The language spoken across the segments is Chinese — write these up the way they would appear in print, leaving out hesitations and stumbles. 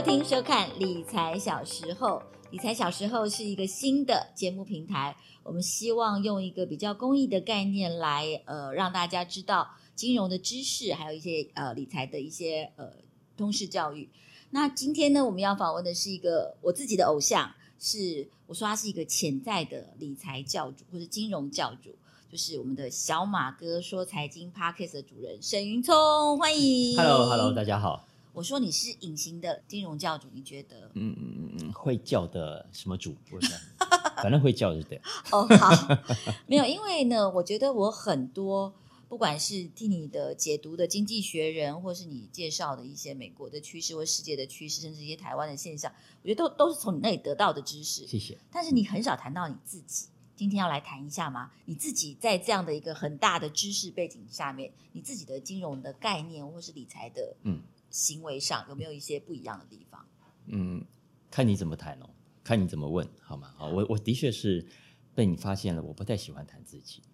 听收看理财小时候。理财小时候是一个新的节目平台，我们希望用一个比较公益的概念来让大家知道金融的知识，还有一些理财的一些通识教育。那今天呢，我们要访问的是一个我自己的偶像，是我说他是一个潜在的理财教主或者金融教主，就是我们的小马哥说财经 Podcast 的主人沈云聪，欢迎。 Hello， 大家好。 我说你是隐形的金融教主，你觉得？ 会叫的什么主？反正会叫就对。 哦，好，没有，因为呢，我觉得我很多，不管是听你的解读的《经济学人》，或是你介绍的一些美国的趋势或世界的趋势，甚至一些台湾的现象，我觉得都是从你那里得到的知识。 谢谢。 但是你很少谈到你自己，今天要来谈一下吗？你自己在这样的一个很大的知识背景下面，你自己的金融的概念或是理财的行为上，有没有一些不一样的地方？ 看你怎么谈哦，看你怎么问，好吗？好，我的确是被你发现了，我不太喜欢谈自己。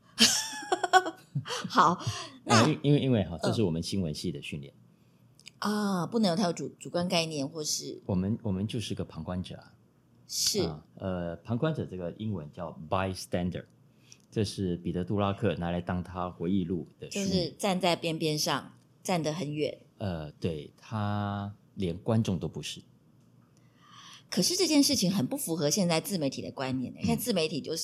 好，那因为这是我们新闻系的训练啊，不能有太有主观概念，或是我们就是个旁观者啊。 是旁观者这个英文叫 bystander， 这是彼得·杜拉克拿来当他回忆录的书， 就是站在边边上，站得很远。 对，他连观众都不是。 可是这件事情很不符合现在自媒体的观念。现在自媒体就是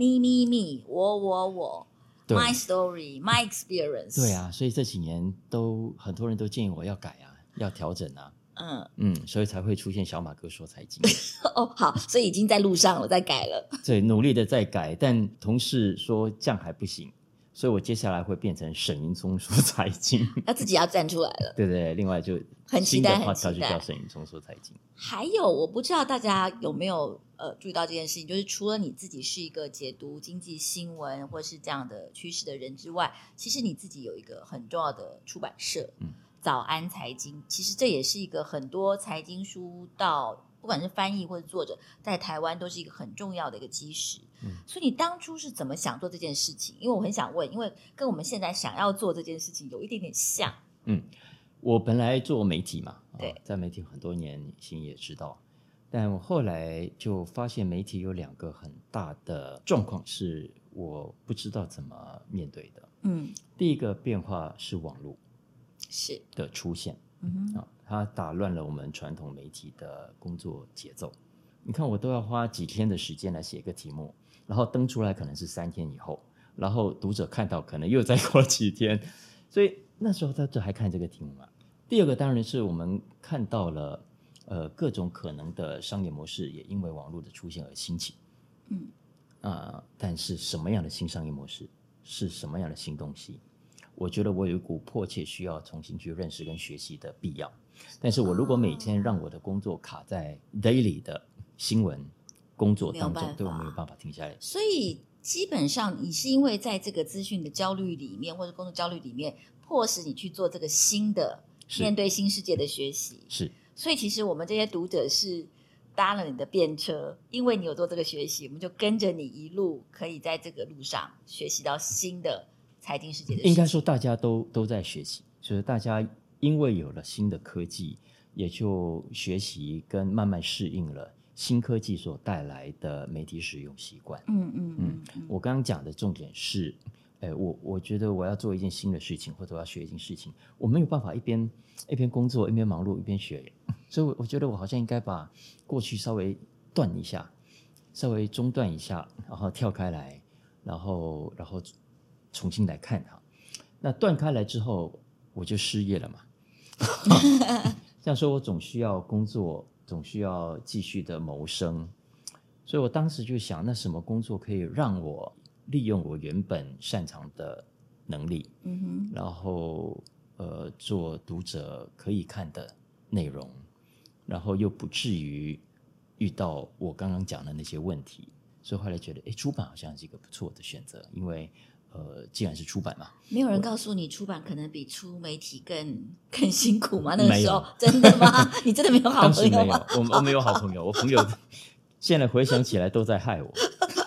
me， 我 ，my story， my experience。 对啊，所以这几年很多人都建议我要改啊，要调整啊。所以才会出现小马哥说财经。 哦，好，所以已经在路上了，在改了。 对，努力的在改，但同事说这样还不行，所以我接下来会变成沈云聪说财经。 他自己要站出来了。 对对，另外就很期待， 新的 podcast 就叫沈云聪说财经。 还有，我不知道大家有没有注意到这件事情，就是除了你自己是一个解读经济新闻或是这样的趋势的人之外，其实你自己有一个很重要的出版社。早安财经，其实这也是一个很多财经书到不管是翻译或者作者在台湾都是一个很重要的一个基石。所以你当初是怎么想做这件事情？因为我很想问，因为跟我们现在想要做这件事情有一点点像。 我本来做媒体嘛， 对， 在媒体很多年，心也知道，但我后来就发现媒体有两个很大的状况是我不知道怎么面对的。第一个变化是网络是的出现，它打乱了我们传统媒体的工作节奏。你看，我都要花几天的时间来写一个题目，然后登出来可能是3天以后，然后读者看到可能又再过几天，所以那时候他还看这个题目吗？第二个当然是我们看到了各种可能的商业模式也因为网络的出现而兴起。但是什么样的新商业模式是什么样的新东西，我觉得我有一股迫切需要重新去认识跟学习的必要。但是我如果每天让我的工作卡在 daily 的新闻工作当中，对我没有办法停下来。 所以基本上你是因为在这个资讯的焦虑里面或者工作焦虑里面迫使你去做这个新的面对新世界的学习。 是， 所以其实我们这些读者是搭了你的便车，因为你有做这个学习，我们就跟着你一路可以在这个路上学习到新的财经世界的事情。 应该说大家都在学习，就是大家因为有了新的科技，也就学习跟慢慢适应了新科技所带来的媒体使用习惯。我刚刚讲的重点是，我觉得我要做一件新的事情，或者我要学一件事情，我没有办法一边工作一边忙碌一边学，所以我觉得我好像应该把过去稍微断一下，稍微中断一下，然后跳开来，然后重新来看它。那断开来之后，我就失业了嘛。这样说，我总需要工作，总需要继续的谋生，所以我当时就想，那什么工作可以让我利用我原本擅长的能力，然后做读者可以看的内容，然后又不至于遇到我刚刚讲的那些问题，所以后来觉得，出版好像是一个不错的选择，因为既然是出版嘛， 没有人告诉你出版可能比出媒体更辛苦吗？那个时候真的吗？你真的没有好朋友吗？ 当时没有，我没有好朋友，我朋友现在回想起来都在害我。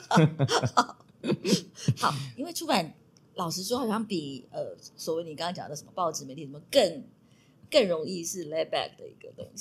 好，因为出版老实说好像比所谓你刚刚讲的什么报纸媒体什么更容易是 laid back 的一个东西。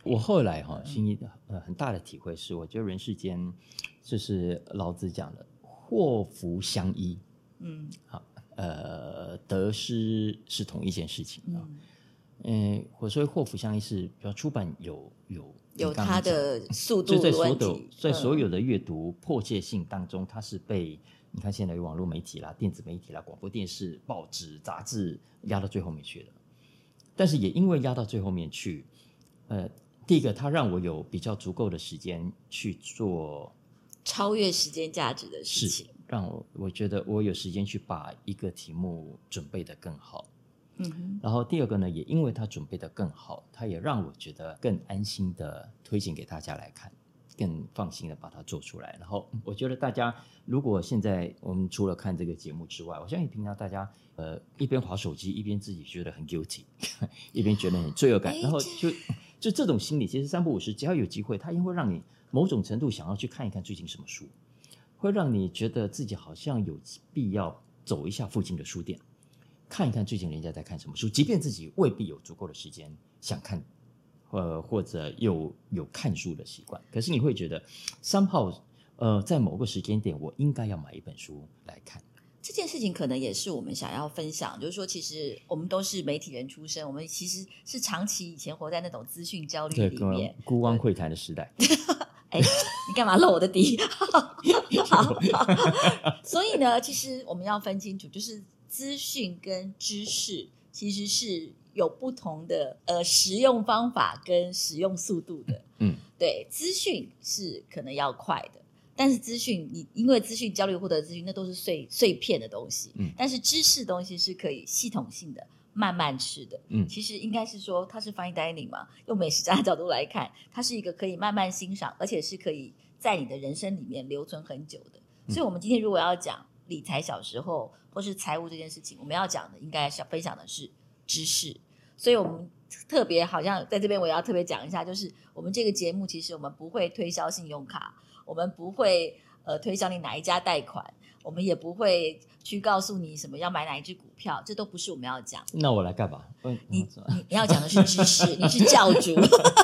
我后来心里很大的体会是，我觉得人世间就是老子讲的祸福相依，好，得失是同一件事情啊。我说祸福相依是，比如出版有它的速度的问题， 在所有的阅读迫切性当中，它是被你看现在有网络媒体啦、电子媒体啦、广播电视、报纸、杂志压到最后面去了。但是也因为压到最后面去，第一个它让我有比较足够的时间去做超越时间价值的事情， 让我觉得我有时间去把一个题目准备得更好。然后第二个呢，也因为他准备得更好，他也让我觉得更安心的推荐给大家来看，更放心的把它做出来。然后我觉得大家如果现在我们除了看这个节目之外，我相信平常大家一边滑手机一边自己觉得很 guilty 一边觉得很罪恶感，然后就这种心理，其实3不5时只要有机会，它也会让你某种程度想要去看一看最近什么书，会让你觉得自己好像有必要走一下附近的书店，看一看最近人家在看什么书，即便自己未必有足够的时间想看，或者有看书的习惯，可是你会觉得somehow在某个时间点，我应该要买一本书来看。 这件事情可能也是我们想要分享，就是说，其实我们都是媒体人出身，我们其实是长期以前活在那种资讯焦虑里面， 孤汪会谈的时代。 你干嘛漏我的底？好，所以呢，其实我们要分清楚，就是资讯跟知识其实是有不同的使用方法跟使用速度的。对，资讯是可能要快的，但是资讯你因为资讯焦虑获得的资讯，那都是碎片的东西。但是知识东西是可以系统性的慢慢吃的。其实应该是说它是 fine dining 嘛，用美食家的角度来看，它是一个可以慢慢欣赏，而且是可以在你的人生里面留存很久的。所以我们今天如果要讲理财小时候或是财务这件事情，我们要讲的应该是分享的是知识。所以我们特别好像在这边我也要特别讲一下，就是我们这个节目其实我们不会推销信用卡，我们不会推销你哪一家贷款，我们也不会去告诉你什么要买哪一只股票，这都不是我们要讲。 那我来干嘛？ 你要讲的是知识，你是教主。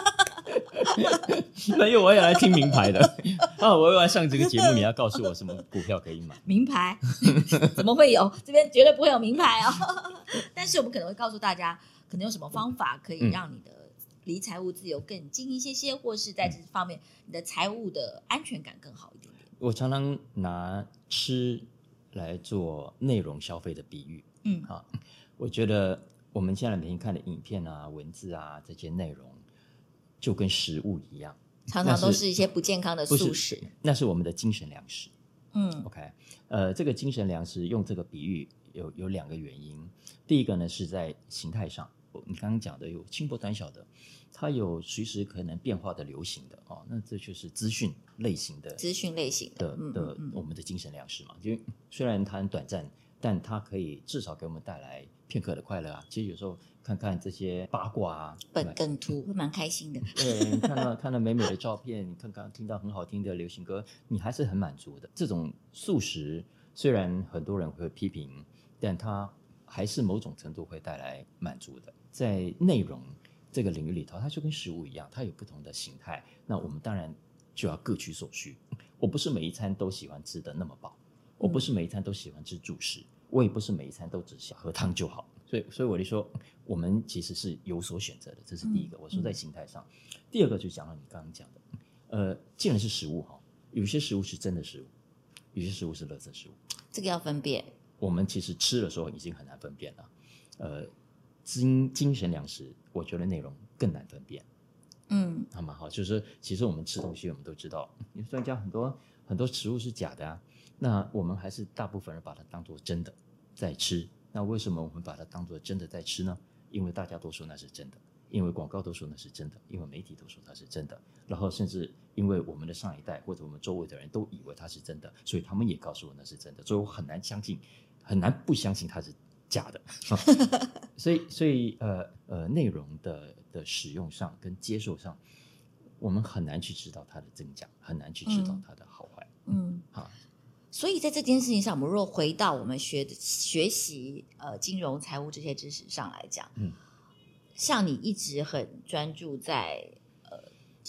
没有，我也来听名牌的我要上这个节目，你要告诉我什么股票可以买？ 名牌怎么会有？这边绝对不会有名牌哦。但是我们可能会告诉大家，可能有什么方法可以让你的离财务自由更近一些，或是在这方面你的财务的安全感更好一点点。 我常常拿吃来做内容消费的比喻。我觉得我们现在每天看的影片啊、文字啊这些内容，就跟食物一样， 常常都是一些不健康的素食， 那是我们的精神粮食。OK， 这个精神粮食用这个比喻有2个原因。第一个呢是在形态上，你刚刚讲的有轻薄短小的，它有随时可能变化的流行的那这就是资讯类型的我们的精神粮食嘛。就虽然它很短暂，但它可以至少给我们带来片刻的快乐啊。其实有时候看看这些八卦啊、 梗图会蛮开心的。 对，你看到美美的照片，你听到很好听的流行歌，你还是很满足的。这种素食虽然很多人会批评，但它还是某种程度会带来满足的。在内容这个领域里头，它就跟食物一样，它有不同的形态。那我们当然就要各取所需。我不是每一餐都喜欢吃的那么饱，我不是每一餐都喜欢吃主食，我也不是每一餐都只想喝汤就好。所以我就说，我们其实是有所选择的，这是第一个。我说在形态上，第二个就讲到你刚刚讲的，既然是食物有些食物是真的食物，有些食物是垃圾食物， 这个要分辨。我们其实吃的时候已经很难分辨了。精神粮食，我觉得内容更难分辨。还蛮好，就是其实我们吃东西，我们都知道，专家很多食物是假的啊。那我们还是大部分人把它当作真的在吃。那为什么我们把它当作真的在吃呢？因为大家都说那是真的，因为广告都说那是真的，因为媒体都说它是真的，然后甚至因为我们的上一代或者我们周围的人都以为它是真的，所以他们也告诉我那是真的，所以我很难不相信它是假的。所以内容的使用上跟接受上，我们很难去知道它的真假，很难去知道它的好坏。 所以在这件事情上，我们若回到我们学习金融财务这些知识上来讲，像你一直很专注在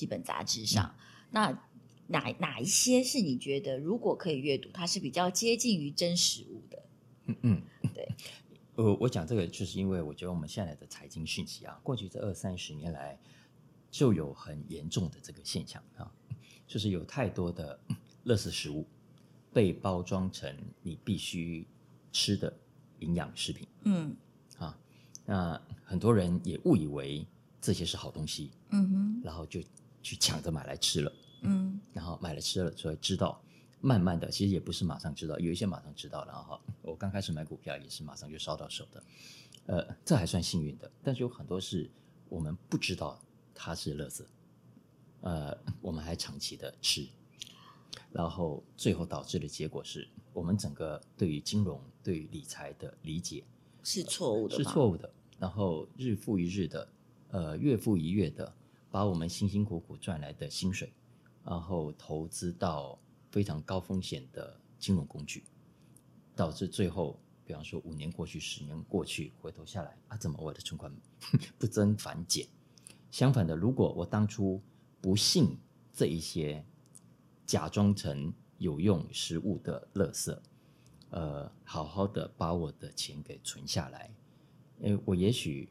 几本杂志上，那哪一些是你觉得如果可以阅读，它是比较接近于真实物的？对。 我讲这个就是因为我觉得我们现在的财经讯息啊，过去这20-30年来就有很严重的这个现象啊，就是有太多的垃圾食物被包装成你必须吃的营养食品。那很多人也误以为这些是好东西，然后就去抢着买来吃了，然后买了吃了，所以知道，慢慢的其实也不是马上知道，有一些马上知道了哈。我刚开始买股票也是马上就烧到手的，这还算幸运的，但是有很多是我们不知道它是垃圾，我们还长期的吃，然后最后导致的结果是我们整个对于金融、对于理财的理解是错误的吗？ 是错误的，然后日复一日的，月复一月的，把我们辛辛苦苦赚来的薪水，然后投资到非常高风险的金融工具，导致最后，比方说5年过去、10年过去，回头下来啊，怎么我的存款不增反减？相反的，如果我当初不信这一些假装成有用食物的垃圾，好好的把我的钱给存下来，我也许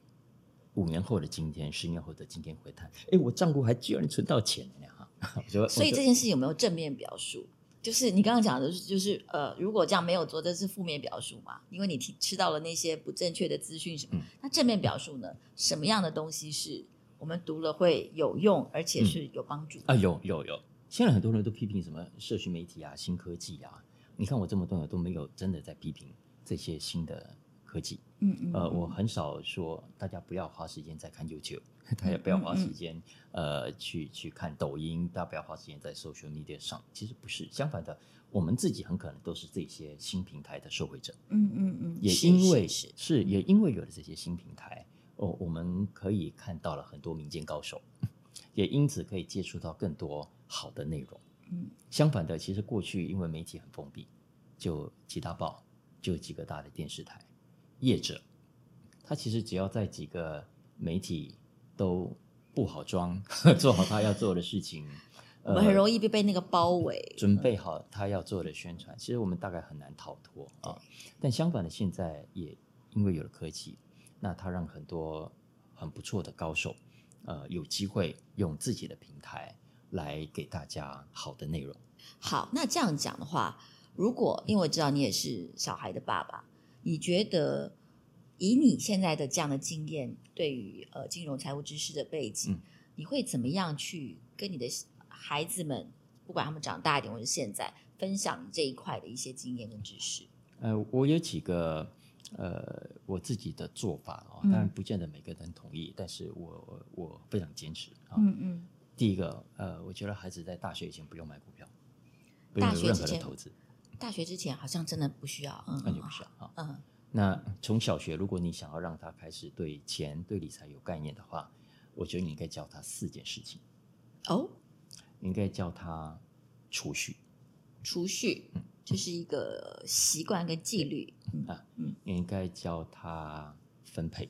5年后的今天、10年后的今天回看，我账户还居然存到钱了哈。 所以这件事有没有正面表述？就是你刚刚讲的，就是如果这样没有做，这是负面表述嘛？因为你吃到了那些不正确的资讯什么。那正面表述呢？什么样的东西是我们读了会有用，而且是有帮助的？ 有。现在很多人都批评什么社群媒体啊、新科技啊。你看我这么多年都没有真的在批评这些新的科技。我很少说大家不要花时间在看 YouTube， 大家不要花时间去看抖音，大家不要花时间在 social media 上。其实不是，相反的，我们自己很可能都是这些新平台的受惠者。也因为有了这些新平台，我们可以看到了很多民间高手，也因此可以接触到更多好的内容。相反的，其实过去因为媒体很封闭，就几大报，就几个大的电视台，业者，他其实只要在几个媒体都布好桩，做好他要做的事情， 我们很容易被那个包围， 准备好他要做的宣传，其实我们大概很难逃脱啊。但相反的，现在也因为有了科技，那它让很多很不错的高手，有机会用自己的平台来给大家好的内容。 好，那这样讲的话，如果因为我知道你也是小孩的爸爸，你觉得以你现在的这样的经验，对于金融财务知识的背景，你会怎么样去跟你的孩子们，不管他们长大一点或者现在，分享这一块的一些经验跟知识？ 我有几个我自己的做法当然不见得每个人同意，但是我非常坚持第一个，我觉得孩子在大学以前不用买股票，不用有任何的投资。 大学之前好像真的不需要， 完全不需要那从小学，如果你想要让他开始对钱、对理财有概念的话，我觉得你应该教他4件事情。你应该教他储蓄， 这是一个习惯跟纪律。 你应该教他分配，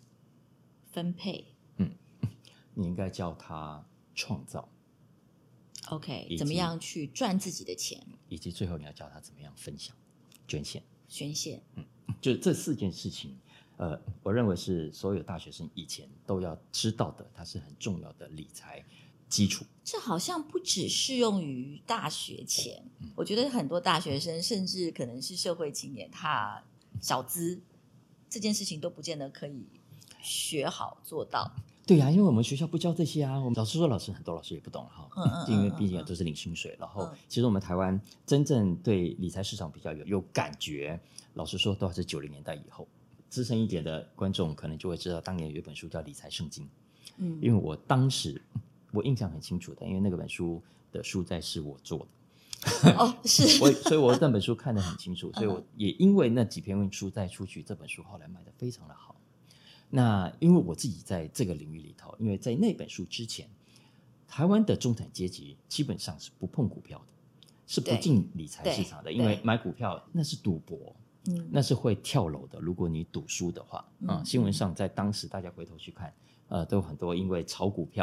你应该教他创造。 OK， 怎么样去赚自己的钱， 以及最后你要教他怎么样分享、捐献。 就这4件事情，我认为是所有大学生以前都要知道的，它是很重要的理财基础。 这好像不只适用于大学前，我觉得很多大学生甚至可能是社会青年，他小资这件事情都不见得可以学好做到。 对呀，因为我们学校不教这些啊。我们老师说，很多老师也不懂因为毕竟都是领薪水。然后，其实我们台湾真正对理财市场比较有感觉，老实说，都是90年代以后。资深一点的观众可能就会知道，当年有一本书叫《理财圣经》。因为我当时我印象很清楚的，因为那个本书的书斋是我做的。 是。 所以我那本书看得很清楚，所以我也因为那几篇书再出去，这本书后来卖得非常的好。那因为我自己在这个领域里头，因为在那本书之前，台湾的中产阶级基本上是不碰股票的，是不进理财市场的，因为买股票那是赌博，那是会跳楼的。如果你赌输的话，新闻上在当时大家回头去看，都有很多因为炒股票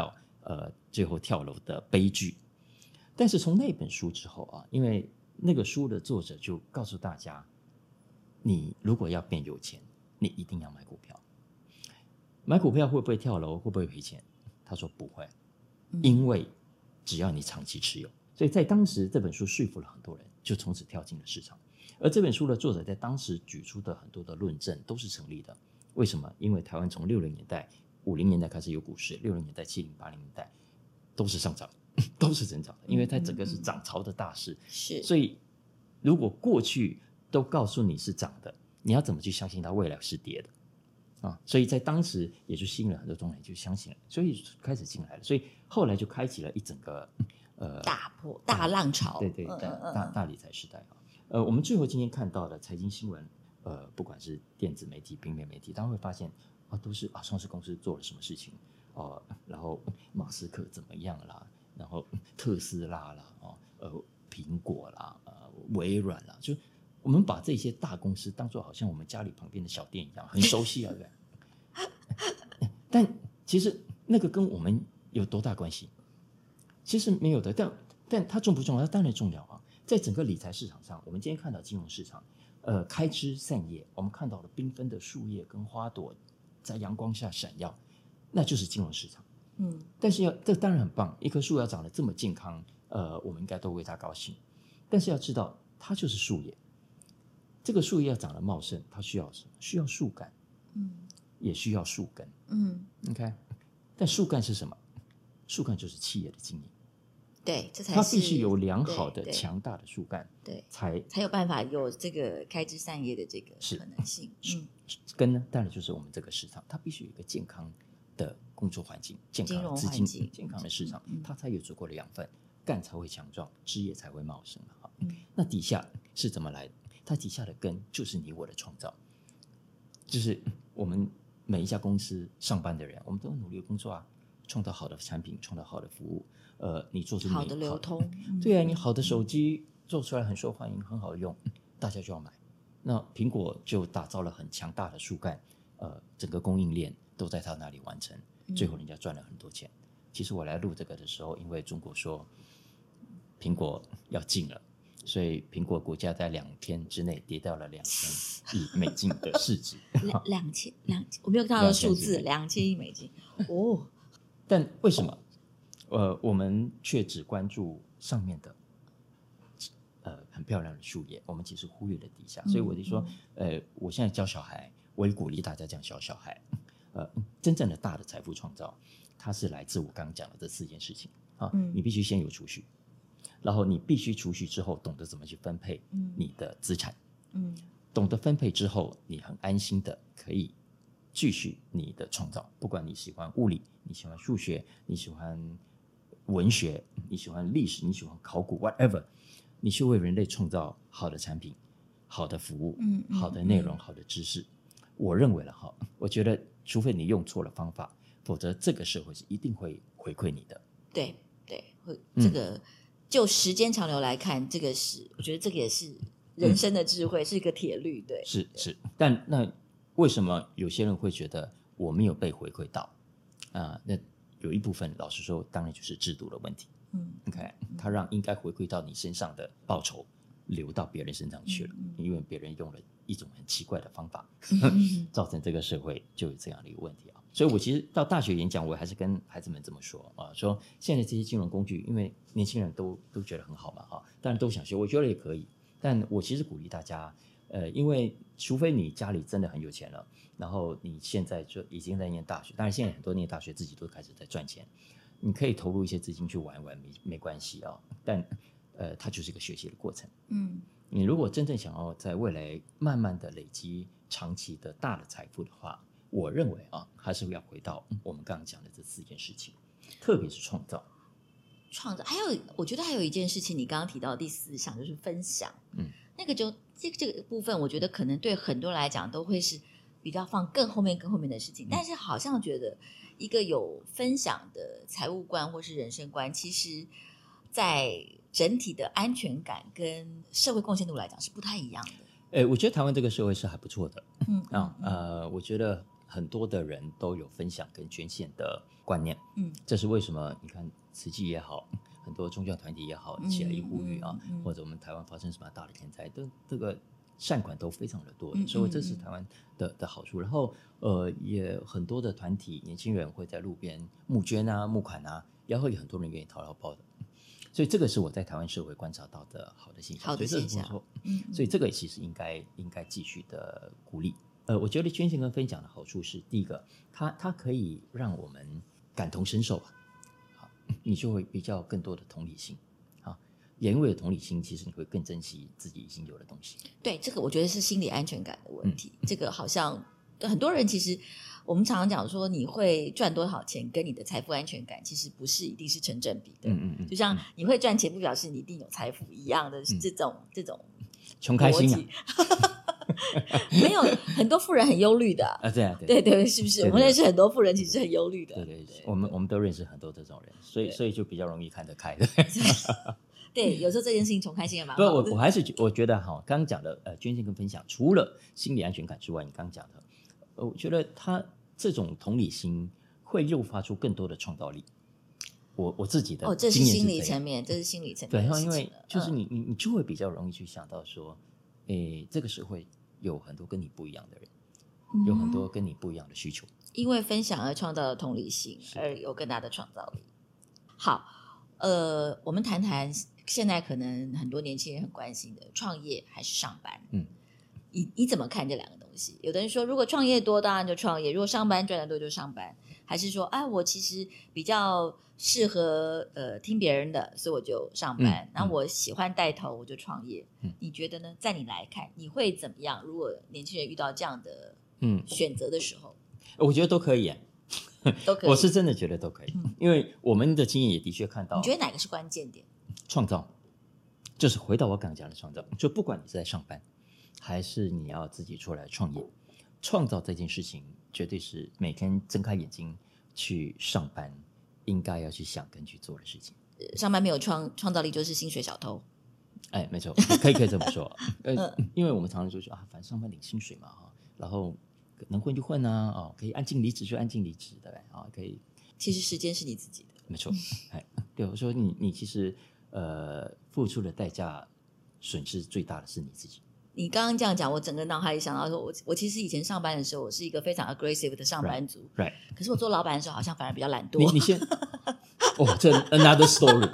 最后跳楼的悲剧。但是从那本书之后啊，因为那个书的作者就告诉大家，你如果要变有钱，你一定要买股票。买股票会不会跳楼，会不会赔钱？他说不会，因为只要你长期持有。所以在当时这本书说服了很多人，就从此跳进了市场。而这本书的作者在当时举出的很多的论证都是成立的。为什么？因为台湾从60年代、50年代开始有股市，60年代、70、80年代都是上涨，都是增长的，因为它整个是涨潮的大势。 是， 所以如果过去都告诉你是涨的，你要怎么去相信它未来是跌的？所以在当时也就吸引了很多中人就相信了，所以开始进来了，所以后来就开启了一整个大浪潮， 对，大理财时代我们最后今天看到的财经新闻，不管是电子媒体、平面媒体，大家会发现都是上市公司做了什么事情然后马斯克怎么样啦，然后特斯拉啦苹果啦微软啦，就我们把这些大公司当作好像我们家里旁边的小店一样，很熟悉对不对？但其实那个跟我们有多大关系？其实没有的，但它重不重要？它当然重要啊！在整个理财市场上，我们今天看到金融市场，开枝散叶，我们看到了缤纷的树叶跟花朵在阳光下闪耀，那就是金融市场。但是这当然很棒，一棵树要长得这么健康，我们应该都为它高兴。但是要知道，它就是树叶。这个树叶要长得茂盛，它需要什么？需要树干，也需要树根。OK， 但树干是什么？树干就是企业的经营。 对，这才是它必须有良好的、强大的树干， 对， 才有办法有这个开枝散叶的这个可能性。 根呢，当然就是我们这个市场，它必须有一个健康的工作环境、健康的资金、健康的市场，它才有足够的养分，干才会强壮，枝叶才会茂盛。那底下是怎么来的？它底下的根就是你我的创造，就是我们每一家公司上班的人，我们都努力工作创造好的产品，创造好的服务。你做出好的流通， 对你好的手机做出来很受欢迎，很好用，大家就要买。那苹果就打造了很强大的树干，整个供应链都在它那里完成，最后人家赚了很多钱。其实我来录这个的时候，因为中国说苹果要禁了，所以苹果股价在2天之内跌掉了2000亿美金的市值。 2000，我没有看到的数字，2000亿美金。 但为什么？我们却只关注上面的很漂亮的树叶，我们其实忽略了底下。所以我就说，我现在教小孩，我也鼓励大家这样教小孩。真正的大的财富创造，它是来自我刚刚讲的这4件事情你必须先有储蓄，然后你必须储蓄之后懂得怎么去分配你的资产，懂得分配之后，你很安心的可以继续你的创造。不管你喜欢物理，你喜欢数学，你喜欢文学，你喜欢历史，你喜欢考古 whatever， 你去为人类创造好的产品、好的服务、好的内容、好的知识。我认为我觉得除非你用错了方法，否则这个社会是一定会回馈你的。 对，这个就时间长流来看，这个是我觉得这个也是人生的智慧，是一个铁律。对， 是。但那为什么有些人会觉得我没有被回馈到那有一部分老实说当然就是制度的问题，OK， 它让应该回馈到你身上的报酬流到别人身上去了，因为别人用了一种很奇怪的方法造成这个社会就有这样的一个问题所以我其实到大学演讲，我还是跟孩子们这么说说现在这些金融工具，因为年轻人都觉得很好嘛当然都想学，我觉得也可以，但我其实鼓励大家因为除非你家里真的很有钱了，然后你现在就已经在念大学，当然现在很多念大学自己都开始在赚钱，你可以投入一些资金去玩一玩，没关系但它就是一个学习的过程。你如果真正想要在未来慢慢的累积长期的大的财富的话，我认为还是要回到我们刚刚讲的这4件事情，特别是创造。 还有我觉得还有一件事情，你刚刚提到的第4项就是分享。那个就这个部分，我觉得可能对很多人来讲都会是比较放更后面的事情，但是好像觉得一个有分享的财务观或是人生观，其实在整体的安全感跟社会贡献度来讲是不太一样的。 我觉得台湾这个社会是还不错的我觉得很多的人都有分享跟捐献的观念，这是为什么？你看慈济也好，很多宗教团体也好，起来一呼吁啊，或者我们台湾发生什么大的天灾，这个善款都非常的多的，所以这是台湾的好处。然后也很多的团体年轻人会在路边募捐啊、募款啊，然后有很多人愿意掏腰包的。所以这个是我在台湾社会观察到的好的现象， 好的现象。 所以这个其实应该继续的鼓励。我觉得捐献跟分享的好处是，第一个，它可以让我们感同身受，好，你就会比较更多的同理心。也因为有同理心，其实你会更珍惜自己已经有的东西。 对，这个我觉得是心理安全感的问题。这个好像很多人其实我们常常讲说，你会赚多少钱跟你的财富安全感其实不是一定是成正比的。就像你会赚钱不表示你一定有财富一样的这种穷开心啊。 没有，很多富人很忧虑的啊，对啊， 对，是不是？我们认识很多富人其实很忧虑的。 对，我们都认识很多这种人，所以就比较容易看得开的。 对，有时候这件事情穷开心也蛮好的。 不，我觉得哈，刚刚讲的捐献跟分享，除了心理安全感之外，你刚刚讲的，我觉得他这种同理心会诱发出更多的创造力。我自己的这是心理层面，对， 因为就是你就会比较容易去想到说，这个社会有很多跟你不一样的人，有很多跟你不一样的需求， 因为分享而创造的同理心，而有更大的创造力。好，我们谈谈现在可能很多年轻人很关心的创业还是上班。你怎么看这两个东西？有的人说，如果创业多，当然就创业；如果上班赚得多，就上班。还是说，我其实比较适合听别人的，所以我就上班。然后我喜欢带头，我就创业。你觉得呢？在你来看，你会怎么样？如果年轻人遇到这样的选择的时候， 我觉得都可以耶。 都可以。 我是真的觉得都可以，因为我们的经验也的确看到。 你觉得哪个是关键点？ 创造，就是回到我刚刚讲的创造。就不管你是在上班，还是你要自己出来创业，创造这件事情绝对是每天睁开眼睛去上班应该要去想跟去做的事情。 上班没有创造力就是薪水小偷。 没错，可以这么说。因为我们常常就说反正上班领薪水嘛，然后能混就混啊，可以按尽离职就按尽离职，对不对？可以。 其实时间是你自己的。 没错。对，我说你其实付出的代价损失最大的是你自己。 你刚刚这样讲，我整个脑海里想到说，我其实以前上班的时候，我是一个非常 aggressive 的上班族。 Right. 可是我做老板的时候，好像反而比较懒惰。 你先，这 another story。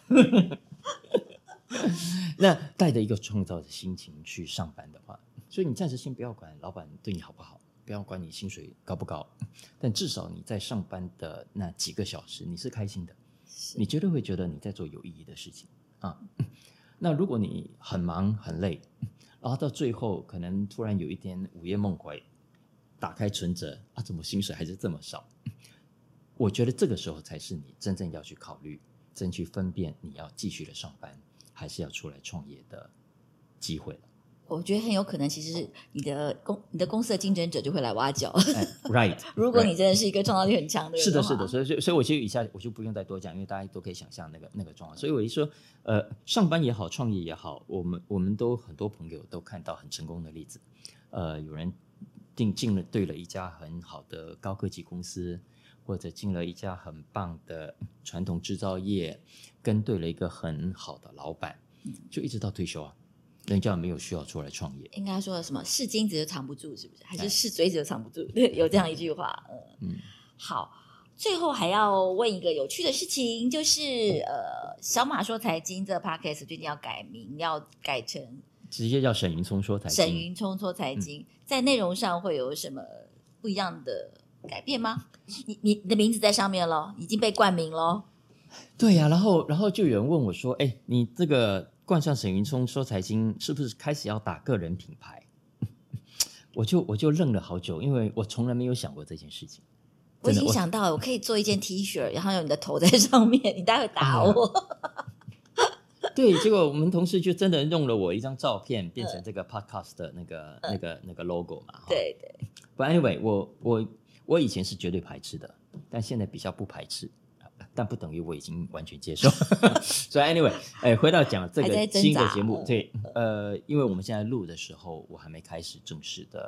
那带着一个创造的心情去上班的话，所以你暂时先不要管老板对你好不好，不要管你薪水高不高，但至少你在上班的那几个小时，你是开心的，你绝对会觉得你在做有意义的事情啊。那如果你很忙很累，然后到最后可能突然有一天午夜梦回，打开存折怎么薪水还是这么少？我觉得这个时候才是你真正要去考虑，真去分辨你要继续的上班，还是要出来创业的机会了。 我觉得很有可能，其实你的公司的竞争者就会来挖角。 Right， 如果你真的是一个创造力很强的人的话。 是的，所以我其实以下我就不用再多讲，因为大家都可以想象那个状况。所以我一说，上班也好，创业也好，我们都很多朋友都看到很成功的例子。有人对了一家很好的高科技公司，或者进了一家很棒的传统制造业，跟对了一个很好的老板，就一直到退休啊。人家没有需要出来创业， 应该说什么是金子就藏不住，是不是？还是是嘴子就藏不住？对，有这样一句话。好，最后还要问一个有趣的事情，就是小马说财经这 podcast 最近要改名，要改成直接叫沈云聪说财经。 沈云聪说财经，在内容上会有什么不一样的改变吗？你的名字在上面咯，已经被冠名咯。 对呀，然后就有人问我说：“你这个冠上沈云聪说财经，是不是开始要打个人品牌？”我就愣了好久，因为我从来没有想过这件事情。 我已经想到了，我可以做一件 T 恤，然后有你的头在上面，你待会打我。 对，结果我们同事就真的用了我一张照片，变成这个 podcast 的那个 logo 嘛。 对。 But anyway， 我以前是绝对排斥的，但现在比较不排斥。但不等于我已经完全接受。所以 anyway， 回到讲这个新的节目，对，因为我们现在录的时候，我还没开始正式的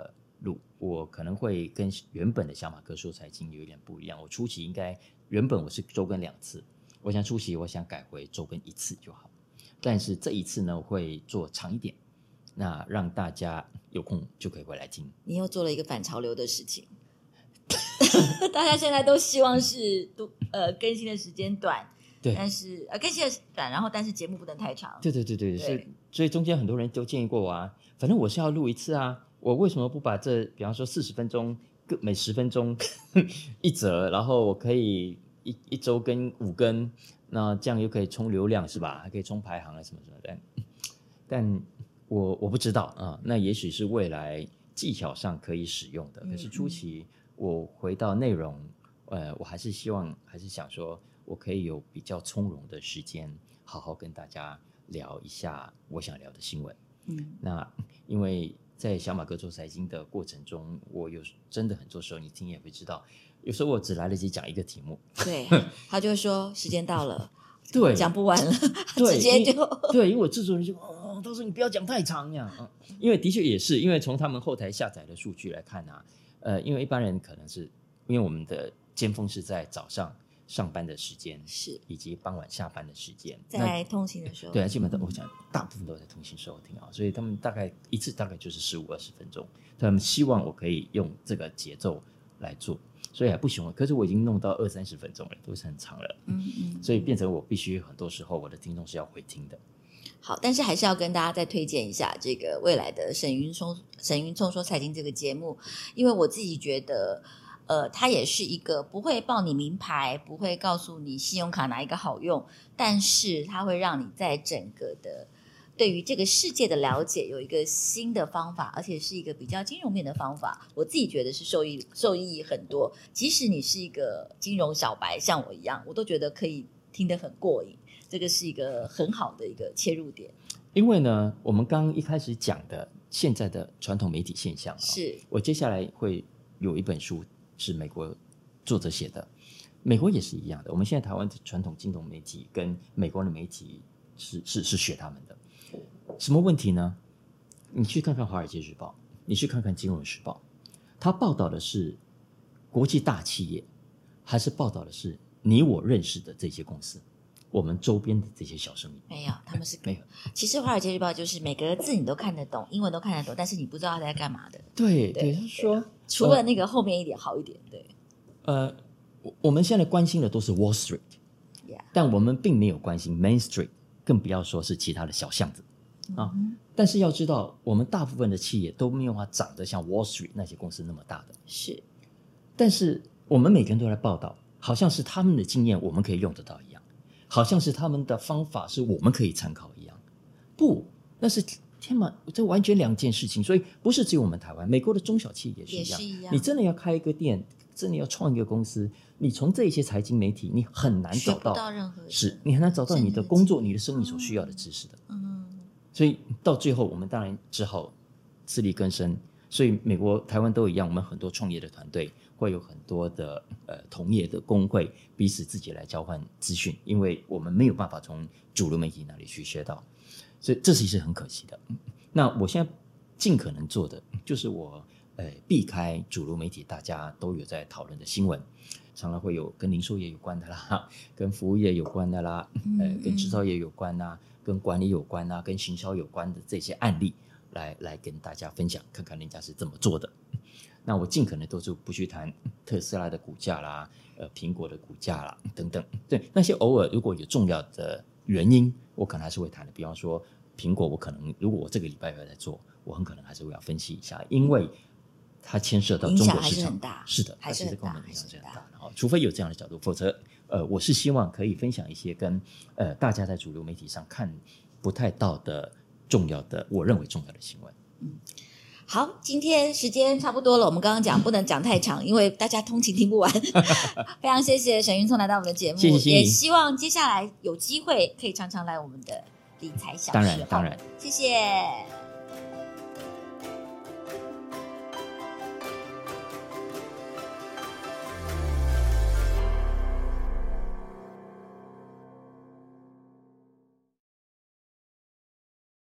路，我可能会跟原本的小马哥说财经有一点不一样。我初期应该原本我是周更2次，我想初期我想改回周更1次就好，但是这一次呢，我会做长一点，那让大家有空就可以回来听。 你又做了一个反潮流的事情，大家现在都希望是更新的时间短。 对， 但是更新的短，然后但是节目不能太长。 对，所以中间很多人都建议过我啊，反正我是要录1次啊，我为什么不把这比方说40分钟每10分钟一则，然后我可以一周更5更，那这样又可以冲流量是吧？还可以冲排行啊什么什么的。但我不知道啊，那也许是未来技巧上可以使用的，可是初期我回到内容，我还是想说，我可以有比较从容的时间，好好跟大家聊一下我想聊的新闻。那因为在小马哥做财经的过程中，我有真的很多时候，你听也会知道，有时候我只来得及讲一个题目， 对，他就会说时间到了， 对， 讲不完了，直接就对，因为我制作人就到时候你不要讲太长呀，因为的确也是，因为从他们后台下载的数据来看啊，因为一般人可能是因为我们的尖峰是在早上上班的时间， 是以及傍晚下班的时间， 在通勤的时候， 对，基本上我想大部分都在通勤时候听啊，所以他们一次大概就是15-20分钟，他们希望我可以用这个节奏来做，所以还不行，可是我已经弄到20-30分钟了，都是很长了，所以变成我必须很多时候我的听众是要回听的。 好，但是还是要跟大家再推荐一下这个未来的沈云聪说财经这个节目，因为我自己觉得它也是一个不会报你名牌，不会告诉你信用卡哪一个好用，但是它会让你在整个的对于这个世界的了解有一个新的方法，而且是一个比较金融面的方法，我自己觉得是受益很多。即使你是一个金融小白，像我一样，我都觉得可以听得很过瘾。这个是一个很好的一个切入点。 因为呢，我们刚刚一开始讲的现在的传统媒体现象， 是我接下来会有一本书是美国作者写的，美国也是一样的。我们现在台湾的传统金融媒体跟美国的媒体是学他们的。什么问题呢？你去看看《华尔街日报》，你去看看《金融时报》，它报道的是国际大企业，还是报道的是你我认识的这些公司？我们周边的这些小生意没有，他们是没有。 其实《华尔街日报》就是每个字你都看得懂，英文都看得懂，但是你不知道他在干嘛的。 对，就是说， 除了那个后面一点好一点，对。 我们现在关心的都是 Wall Street， 但我们并没有关心 Main Street， 更不要说是其他的小巷子啊。但是要知道，我们大部分的企业都没有办法长得像 Wall Street 那些公司那么大的。 是， 但是我们每个人都来报道，好像是他们的经验我们可以用得到一样。好像是他们的方法是我们可以参考一样，不，那是天哪，这完全2件事情。所以不是只有我们台湾，美国的中小企业也是一样。你真的要开一个店，真的要创一个公司，你从这些财经媒体，你很难找到任何你很难找到你的工作、你的生意所需要的知识的。所以到最后，我们当然只好自力更生。所以美国、台湾都一样，我们很多创业的团队会有很多的同业的工会，彼此自己来交换资讯，因为我们没有办法从主流媒体那里去学到，所以这其实很可惜的。那我现在尽可能做的就是我避开主流媒体大家都有在讨论的新闻，常常会有跟零售业有关的啦，跟服务业有关的啦，跟制造业有关啊，跟管理有关啊，跟行销有关的这些案例。来跟大家分享，看看人家是怎么做的。那我尽可能都是不去谈特斯拉的股价啦，苹果的股价啦等等。对，那些偶尔如果有重要的原因，我可能还是会谈的。比方说苹果，我可能如果我这个礼拜要在做，我很可能还是会要分析一下，因为它牵涉到中国市场，是的， 还是很大， 跟我们影响是很大的。除非有这样的角度，否则我是希望可以分享一些跟大家在主流媒体上看不太到的。我认为重要的新闻。 好，今天时间差不多了，我们刚刚讲不能讲太长，因为大家通勤听不完。非常谢谢沈云聪来到我们的节目， 谢谢， 也希望接下来有机会可以常常来我们的理财小时候。 当然， 谢谢。